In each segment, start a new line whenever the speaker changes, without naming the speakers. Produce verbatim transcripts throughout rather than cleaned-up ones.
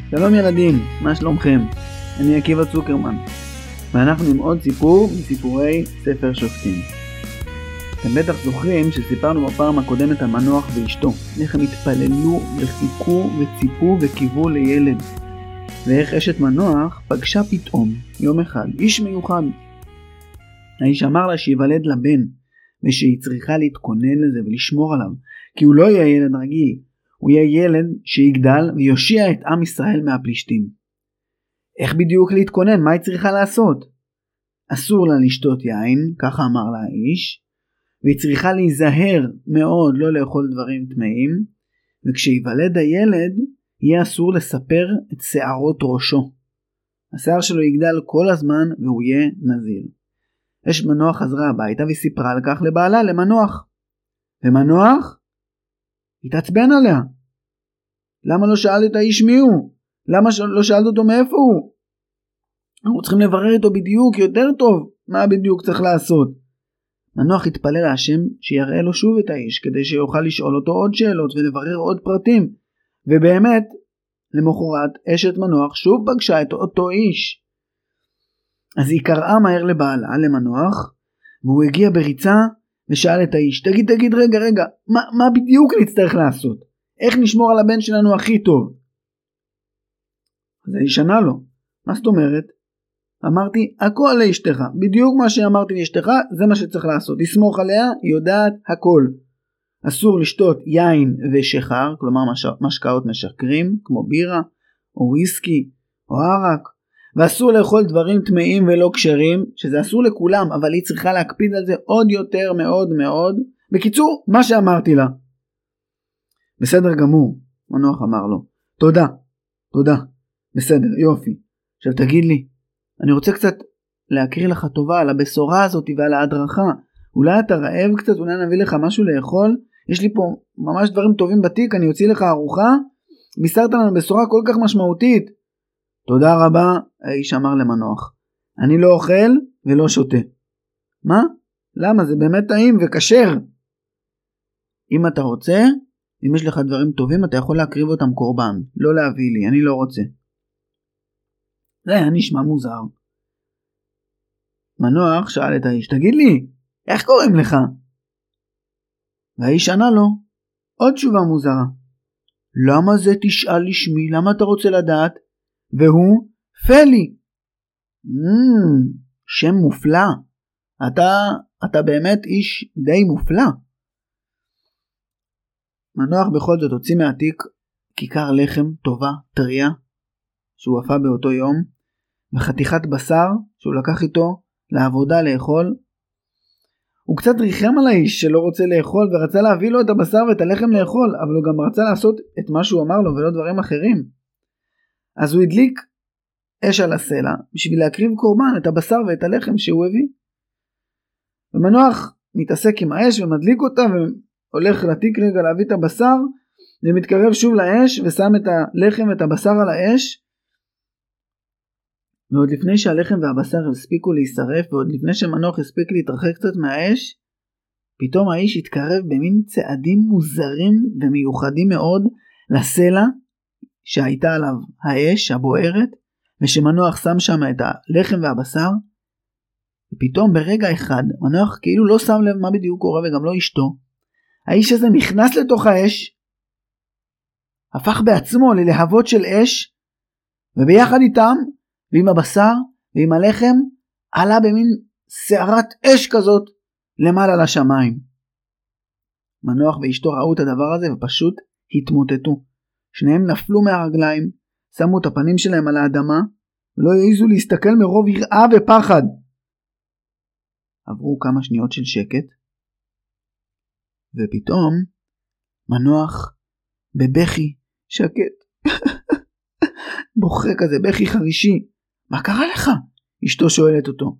שלום ילדים, מה שלומכם? אני עקיבא צוקרמן, ואנחנו עם עוד סיפור מסיפורי ספר שופטים. אתם בטח זוכרים שסיפרנו בפעם הקודמת על מנוח ואשתו, איך הם התפללו וחיכו וציפו וקיוו לילד, ואיך אשת מנוח פגשה פתאום יום אחד איש מיוחד. האיש אמר לה שיוולד לבן, ושהיא צריכה להתכונן לזה ולשמור עליו, כי הוא לא יהיה ילד רגיל, הוא יהיה ילד שיגדל ויושיע את עם ישראל מהפלישתים. איך בדיוק להתכונן? מה היא צריכה לעשות? אסור לה לשתות יין, ככה אמר לה האיש, והיא צריכה להיזהר מאוד לא לאכול דברים טמאים, וכשיוולד הילד יהיה אסור לספר את שערות ראשו. השיער שלו יגדל כל הזמן והוא יהיה נזיר. אשת מנוח חזרה הביתה וסיפרה על כך לבעלה, למנוח. ומנוח התעצבן עליה. למה לא שאל את האיש מי הוא? למה לא שאלת אותו מאיפה הוא? אנחנו צריכים לברר איתו בדיוק יותר טוב מה בדיוק צריך לעשות. מנוח התפלל להשם שיראה לו שוב את האיש, כדי שיוכל לשאול אותו עוד שאלות ולברר עוד פרטים. ובאמת, למחרת אשת מנוח שוב פגשה את אותו איש. אז היא קראה מהר לבעלה, למנוח, והוא הגיע בריצה ושאל את האיש, תגיד, תגיד, רגע, רגע, מה, מה בדיוק נצטרך לעשות? איך נשמור על הבן שלנו הכי טוב? אז האיש ענה לו, מה זאת אומרת? אמרתי, הכל לאשתך, בדיוק מה שאמרתי לאשתך, זה מה שצריך לעשות, לסמוך עליה, היא יודעת הכל. אסור לשתות יין ושחר, כלומר משקאות משכרים, כמו בירה, או וויסקי, או ערק, ואסור לאכול דברים טמאים ולא כשרים, שזה אסור לכולם, אבל היא צריכה להקפיד על זה עוד יותר מאוד מאוד. בקיצור, מה שאמרתי לה. בסדר גמור, מנוח אמר לו. תודה, תודה, בסדר, יופי. עכשיו תגיד לי, אני רוצה קצת להקריא לך טובה על הבשורה הזאת ועל ההדרכה. אולי אתה רעב קצת, אולי נביא לך משהו לאכול? יש לי פה ממש דברים טובים בתיק, אני אוציא לך ארוחה. בישרת לנו בשורה כל כך משמעותית. תודה רבה, האיש אמר למנוח. אני לא אוכל ולא שותה. מה? למה? זה באמת טעים וקשר. אם אתה רוצה, אם יש לך דברים טובים, אתה יכול להקריב אותם קורבן. לא להביא לי, אני לא רוצה. זה היה נשמע מוזר. מנוח שאל את האיש, תגיד לי, איך קוראים לך? והאיש ענה לו, עוד תשובה מוזרה. למה זה תשאל לשמי? למה אתה רוצה לדעת? והוא פלי. Mm, שם מופלא. אתה, אתה באמת איש די מופלא. מנוח בכל זאת הוציא מהתיק כיכר לחם טובה, טריה, שהוא עפה באותו יום, וחתיכת בשר שהוא לקח איתו לעבודה לאכול. הוא קצת ריחם על האיש שלא רוצה לאכול, ורצה להביא לו את הבשר ואת הלחם לאכול, אבל הוא גם רצה לעשות את מה שהוא אמר לו ולא דברים אחרים. אז הוא הדליק אש על הסלע בשביל להקריב קורבן את הבשר ואת הלחם שהוא הביא. ומנוח מתעסק עם האש ומדליק אותה והולך לתיק רגע להביא את הבשר, ומתקרב שוב לאש ושם את הלחם ואת הבשר על האש. ועוד לפני שהלחם והבשר הספיקו להישרף, ועוד לפני שמנוח הספיק להתרחק קצת מהאש, פתאום האיש התקרב במין צעדים מוזרים ומיוחדים מאוד לסלע שהייתה עליו האש הבוערת, ושמנוח שם שם את הלחם והבשר. ופתאום ברגע אחד מנוח כאילו לא שם לב מה בדיוק קורה, וגם לא אשתו. האיש הזה נכנס לתוך האש, הפך בעצמו ללהבות של אש, וביחד איתם ועם הבשר ועם הלחם עלה במין שערת אש כזאת למעלה לשמיים. מנוח ואשתו ראו את הדבר הזה ופשוט התמוטטו. שניהם נפלו מהרגליים, שמו את הפנים שלהם על האדמה, ולא העיזו להסתכל מרוב יראה ופחד. עברו כמה שניות של שקט, ופתאום מנוח בבכי שקט, בוכה כזה, בכי חרישי. מה קרה לך? אשתו שואלת אותו.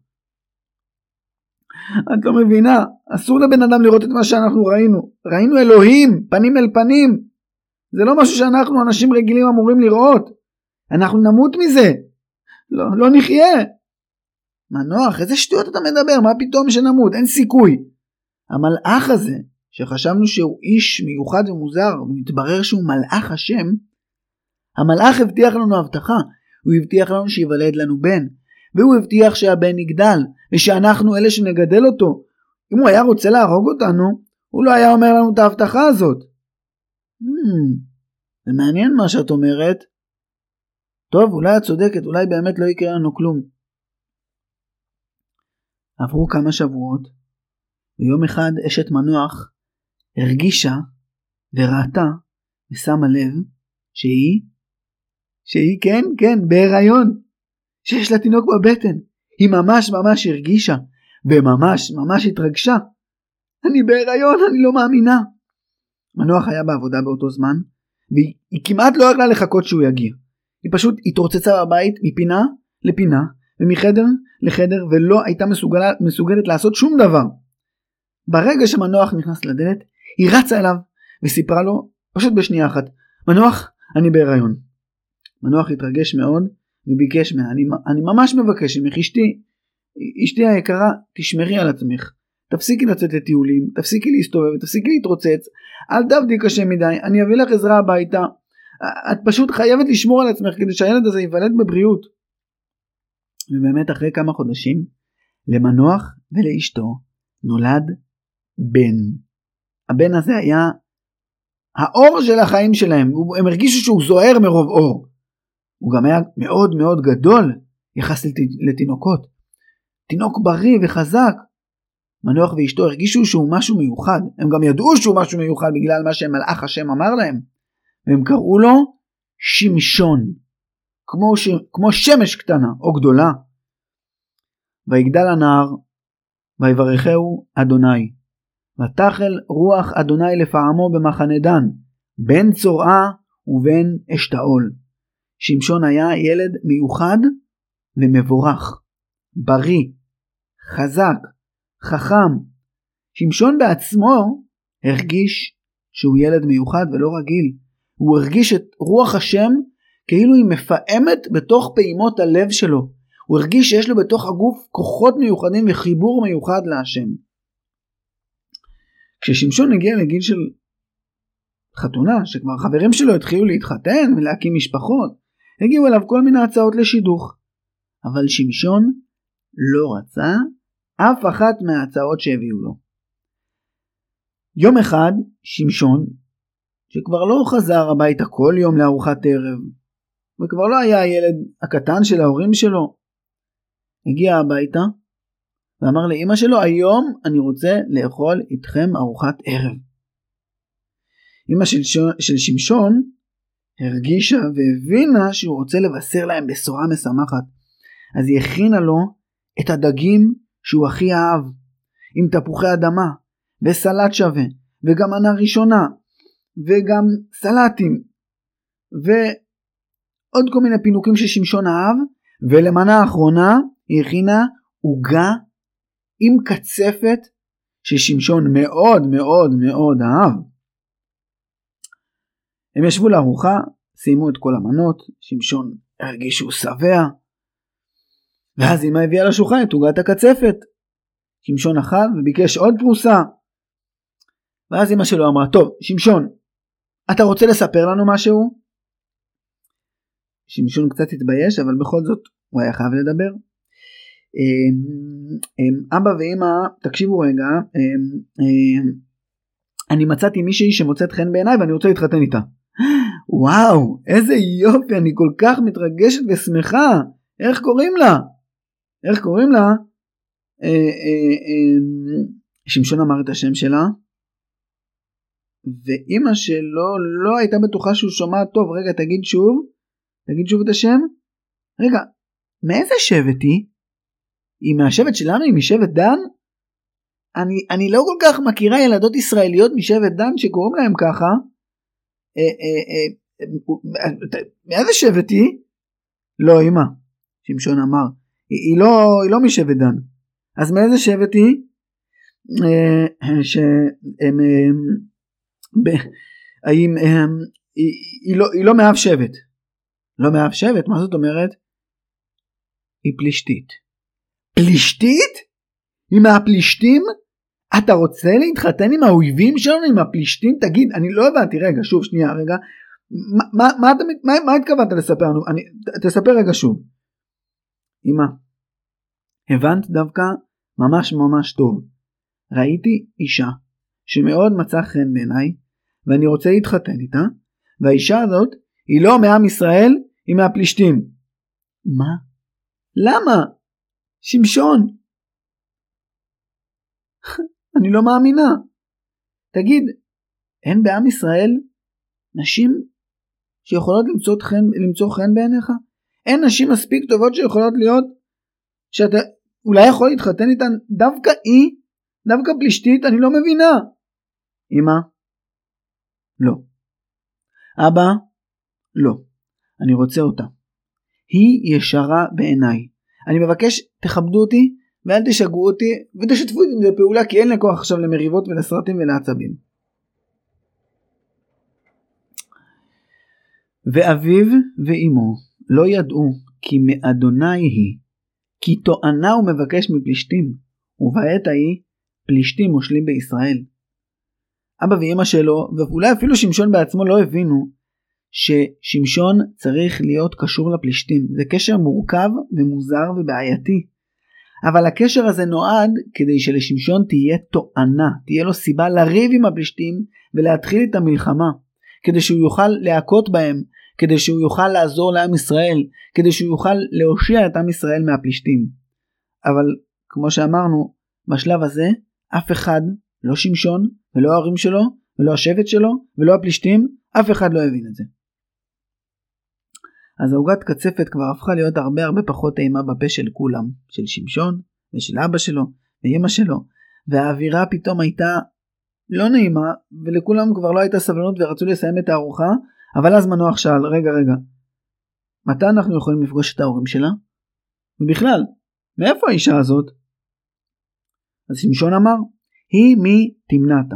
את לא מבינה, אסור לבן אדם לראות את מה שאנחנו ראינו. ראינו אלוהים, פנים אל פנים. זה לא משהו שאנחנו אנשים רגילים אמורים לראות. אנחנו נמות מזה. לא, לא נחיה. מנוח, איזה שטויות אתה מדבר? מה פתאום שנמות? אין סיכוי. המלאך הזה, שחשבנו שהוא איש מיוחד ומוזר, ומתברר שהוא מלאך השם, המלאך הבטיח לנו הבטחה, הוא הבטיח לנו שיוולד לנו בן, והוא הבטיח שהבן יגדל, ושאנחנו אלה שנגדל אותו. אם הוא היה רוצה להרוג אותנו, הוא לא היה אומר לנו את ההבטחה הזאת. Hmm, זה מעניין מה שאת אומרת. טוב, אולי את צודקת, אולי באמת לא יקרה לנו כלום. עברו כמה שבועות, ויום אחד אשת מנוח הרגישה וראתה ושמה לב שהיא, שהיא כן, כן, בהיריון, שיש לה תינוק בבטן. היא ממש ממש הרגישה, וממש ממש התרגשה. אני בהיריון, אני לא מאמינה. מנוח היה בעבודה באותו זמן, והיא כמעט לא יכלה לחכות שהוא יגיע. היא פשוט התרוצצה בבית מפינה לפינה, ומחדר לחדר, ולא הייתה מסוגלת, מסוגלת לעשות שום דבר. ברגע שמנוח נכנס לדלת, היא רצה אליו, וסיפרה לו, פשוט בשנייה אחת, מנוח, אני בהיריון. מנוח התרגש מאוד, וביקש מה, אני, אני ממש מבקש ממך, אשתי, אשתי היקרה, תשמרי על עצמך. תפסיקי לצאת לטיולים, תפסיקי להסתובב, תפסיקי להתרוצץ, אל תעבדי קשה מדי, אני אביא לך עזרה הביתה. את פשוט חייבת לשמור על עצמך כדי שהילד הזה ייוולד בבריאות. ובאמת אחרי כמה חודשים, למנוח ולאשתו נולד בן. הבן הזה היה האור של החיים שלהם, הם הרגישו שהוא זוהר מרוב אור. הוא גם היה מאוד מאוד גדול יחס לתינוקות. תינוק בריא וחזק. מנוח ואשתו הרגישו שהוא משהו מיוחד. הם גם ידעו שהוא משהו מיוחד בגלל מה שמלאך השם אמר להם. והם קראו לו שמשון. כמו, ש... כמו שמש קטנה או גדולה. ויגדל הנער, ויברכהו אדוני. ותחל רוח אדוני לפעמו במחנה דן, בין צורעה ובין אשתאול. שמשון היה ילד מיוחד ומבורך, בריא, חזק, חכם. שמשון בעצמו הרגיש שהוא ילד מיוחד ולא רגיל. הוא הרגיש את רוח השם כאילו היא מפעמת בתוך פעימות הלב שלו. הוא הרגיש שיש לו בתוך הגוף כוחות מיוחדים וחיבור מיוחד להשם. כששמשון הגיע לגיל של חתונה, שכבר חברים שלו התחילו להתחתן ולהקים משפחות, הגיעו אליו כל מיני הצעות לשידוך. אבל שמשון לא רצה אף אחת מההצעות שהביאו לו. יום אחד שמשון, שכבר לא חזר הביתה כל יום לארוחת ערב, וכבר לא היה הילד הקטן של ההורים שלו, הגיע הביתה ואמר לאמא שלו, היום אני רוצה לאכול איתכם ארוחת ערב. אמא של, של שמשון הרגישה והבינה שהוא רוצה לבשר להם בשורה משמחת. אז היא הכינה לו את הדגים שהוא הכי אהב, עם תפוחי אדמה וסלט שווה וגם מנה ראשונה וגם סלטים ועוד כל מיני פינוקים ששמשון אהב. ולמנה האחרונה היא הכינה עוגה עם קצפת ששמשון מאוד מאוד מאוד אהב. הם ישבו לארוחה, סיימו את כל המנות, שמשון הרגיש שהוא שבע, ואז אמא הביאה לשולחן את עוגת הקצפת. שמשון אכל וביקש עוד פרוסה, ואז אמא שלו אמרה, טוב שמשון, אתה רוצה לספר לנו משהו? שמשון קצת התבייש, אבל בכל זאת הוא היה חייב לדבר. אבא ואמא, תקשיבו רגע, אני מצאתי מישהי שמוצאת חן בעיניי ואני רוצה להתחתן איתה. וואו, איזה יופי, אני כל כך מתרגשת ושמחה. איך קוראים לה? איך קוראים לה? שמשון אמר את השם שלה, ואמא שלו לא הייתה בטוחה שהוא שומע טוב. רגע, תגיד שוב, תגיד שוב את השם. רגע, מאיזה שבט היא? היא מהשבט שלנו? היא משבט דן? אני, אני לא כל כך מכירה ילדות ישראליות משבט דן שקוראים להם ככה. אה, אה, אה, מאיזה שבט היא? לא, אמא, שמשון אמר, היא, היא, לא, היא לא משבט דן. אז מאיזה שבט היא? אה, שהם, אה, ב, האם, אה, היא, היא, לא, היא לא מאף שבט. לא מאף שבט? מה זאת אומרת? היא פלישתית. פלישתית? היא מהפלישתים? אתה רוצה להתחתן עם האויבים שלנו, עם הפלישתים? תגיד, אני לא הבנתי, רגע, שוב, שנייה, רגע. מה, מה, מה, אתה, מה, מה התכוונת לספר לנו? אני, תספר רגע שוב. אמא, הבנת דווקא ממש ממש טוב. ראיתי אישה שמאוד מצא חן בעיניי, ואני רוצה להתחתן איתה, והאישה הזאת היא לא מעם ישראל, היא מהפלישתים. מה? למה? שמשון. אני לא מאמינה. תגיד, אין בעם ישראל נשים שיכולות למצוא חן, למצוא חן בעיניך? אין נשים מספיק טובות שיכולות להיות, שאתה אולי יכול להתחתן איתן? דווקא היא, דווקא פלישתית, אני לא מבינה. אמא, לא. אבא, לא. אני רוצה אותה. היא ישרה בעיניי. אני מבקש, תכבדו אותי, ואל תשגעו אותי, ותשתפו את זה פעולה, כי אין לי כוח עכשיו למריבות ולסרטים ולעצבים. ואביו ואמו לא ידעו כי מאדוני היא, כי תואנה הוא מבקש מפלישתים, ובעת ההיא פלישתים מושלים בישראל. אבא ואמא שלו, ואולי אפילו שמשון בעצמו, לא הבינו ששמשון צריך להיות קשור לפלישתים. זה קשר מורכב ומוזר ובעייתי. אבל הקשר הזה נועד כדי שלשמשון תהיה תואנה, תהיה לו סיבה לריב עם הפלישתים ולהתחיל את המלחמה, כדי שהוא יוכל להכות בהם, כדי שהוא יוכל לעזור לעם ישראל, כדי שהוא יוכל להושיע את עם ישראל מהפלישתים. אבל כמו שאמרנו, בשלב הזה אף אחד, לא שמשון ולא ההורים שלו ולא השבט שלו ולא הפלישתים, אף אחד לא הבין את זה. אז העוגת קצפת כבר הפכה להיות הרבה הרבה פחות אימה בפה של כולם, של שמשון ושל אבא שלו ואמא שלו, והאווירה פתאום הייתה לא נעימה, ולכולם כבר לא הייתה סבלנות ורצו לסיים את הארוחה. אבל אז מנוח שאל, רגע רגע, מתי אנחנו יכולים לפגוש את ההורים שלה? ובכלל, מאיפה האישה הזאת? אז שמשון אמר, היא מתמנתה,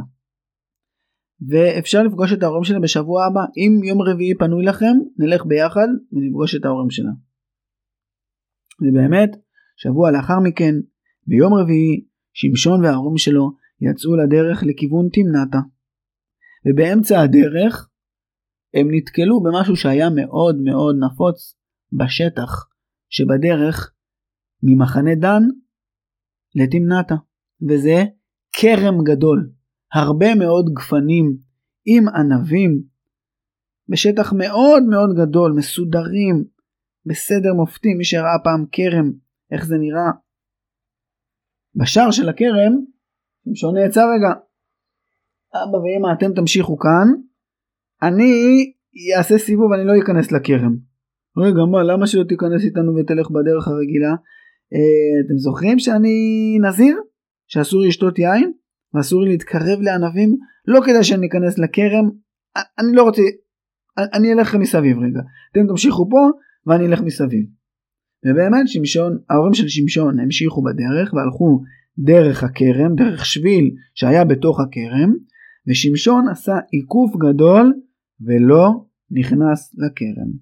ואפשר לפגוש את ההורים שלה בשבוע הבא. אם יום רביעי פנוי לכם, נלך ביחד ונפגוש את ההורים שלה. ובאמת, שבוע לאחר מכן, ביום רביעי, שמשון וההורים שלו יצאו לדרך לכיוון תמנתה, ובאמצע הדרך הם נתקלו במשהו שהיה מאוד מאוד נפוץ בשטח שבדרך ממחנה דן לתמנתה, וזה קרם גדול, הרבה מאוד גפנים עם ענבים, בשטח מאוד מאוד גדול, מסודרים בסדר מופתי. מי שראה פעם קרם, איך זה נראה בשער של הקרם, שמשון נעצר רגע, אבא ואמא אתם תמשיכו כאן, אני אעשה סיבוב, אני לא אכנס לקרם. רגע, מה, למה שלא תיכנס איתנו ותלך בדרך הרגילה? אה, אתם זוכרים שאני נזיר? שאסור לשתות יין? ואסור לי להתקרב לענבים? לא כדאי שאני אכנס לקרם. אני לא רוצה, אני אלך מסביב רגע. אתם תמשיכו פה ואני אלך מסביב. ובאמת שמשון, ההורים של שמשון המשיכו בדרך והלכו דרך הקרם, דרך שביל שהיה בתוך הקרם, ושמשון עשה עיקוף גדול ולא נכנס לקרם.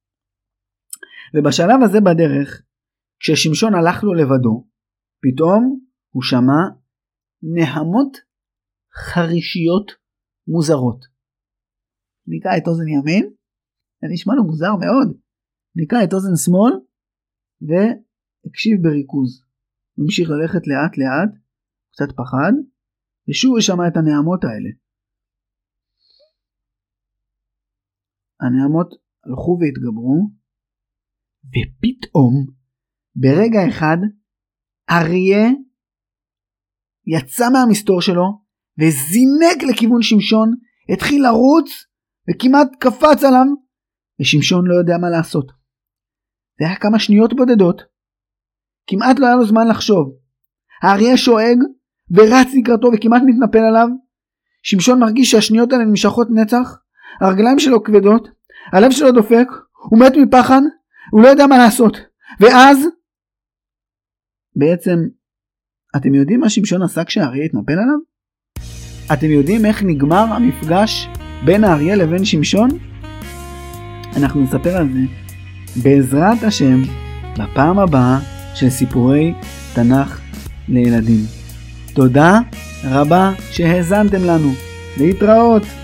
ובשלב הזה בדרך, כששמשון הלך לו לבדו, פתאום הוא שמע נהמות חרישיות מוזרות. ניקה את אוזן ימין, זה נשמע לו מוזר מאוד. ניקה את אוזן שמאל והקשיב בריכוז. הוא המשיך ללכת לאט לאט, קצת פחד, ושוב הוא שמע את הנעמות האלה. הנעמות הלכו והתגברו, ופתאום ברגע אחד אריה יצא מהמסתור שלו וזינק לכיוון שמשון, התחיל לרוץ וכמעט קפץ עליו, ושמשון לא יודע מה לעשות. זה היה כמה שניות בודדות, כמעט לא היה לו זמן לחשוב. האריה שואג ורץ לקראתו וכמעט מתנפל עליו. שמשון מרגיש שהשניות האלה נמשכות נצח, הרגליים שלו כבדות, הלב שלו דופק, הוא מת מפחד, הוא לא יודע מה לעשות. ואז בעצם אתם יודעים מה שמשון עשה כשהאריה התנפל עליו? אתם יודעים איך נגמר המפגש בין האריה לבין שמשון? אנחנו נספר על זה בעזרת השם בפעם הבאה של סיפורי תנ"ך לילדים. תודה רבה שהאזנתם לנו. להתראות.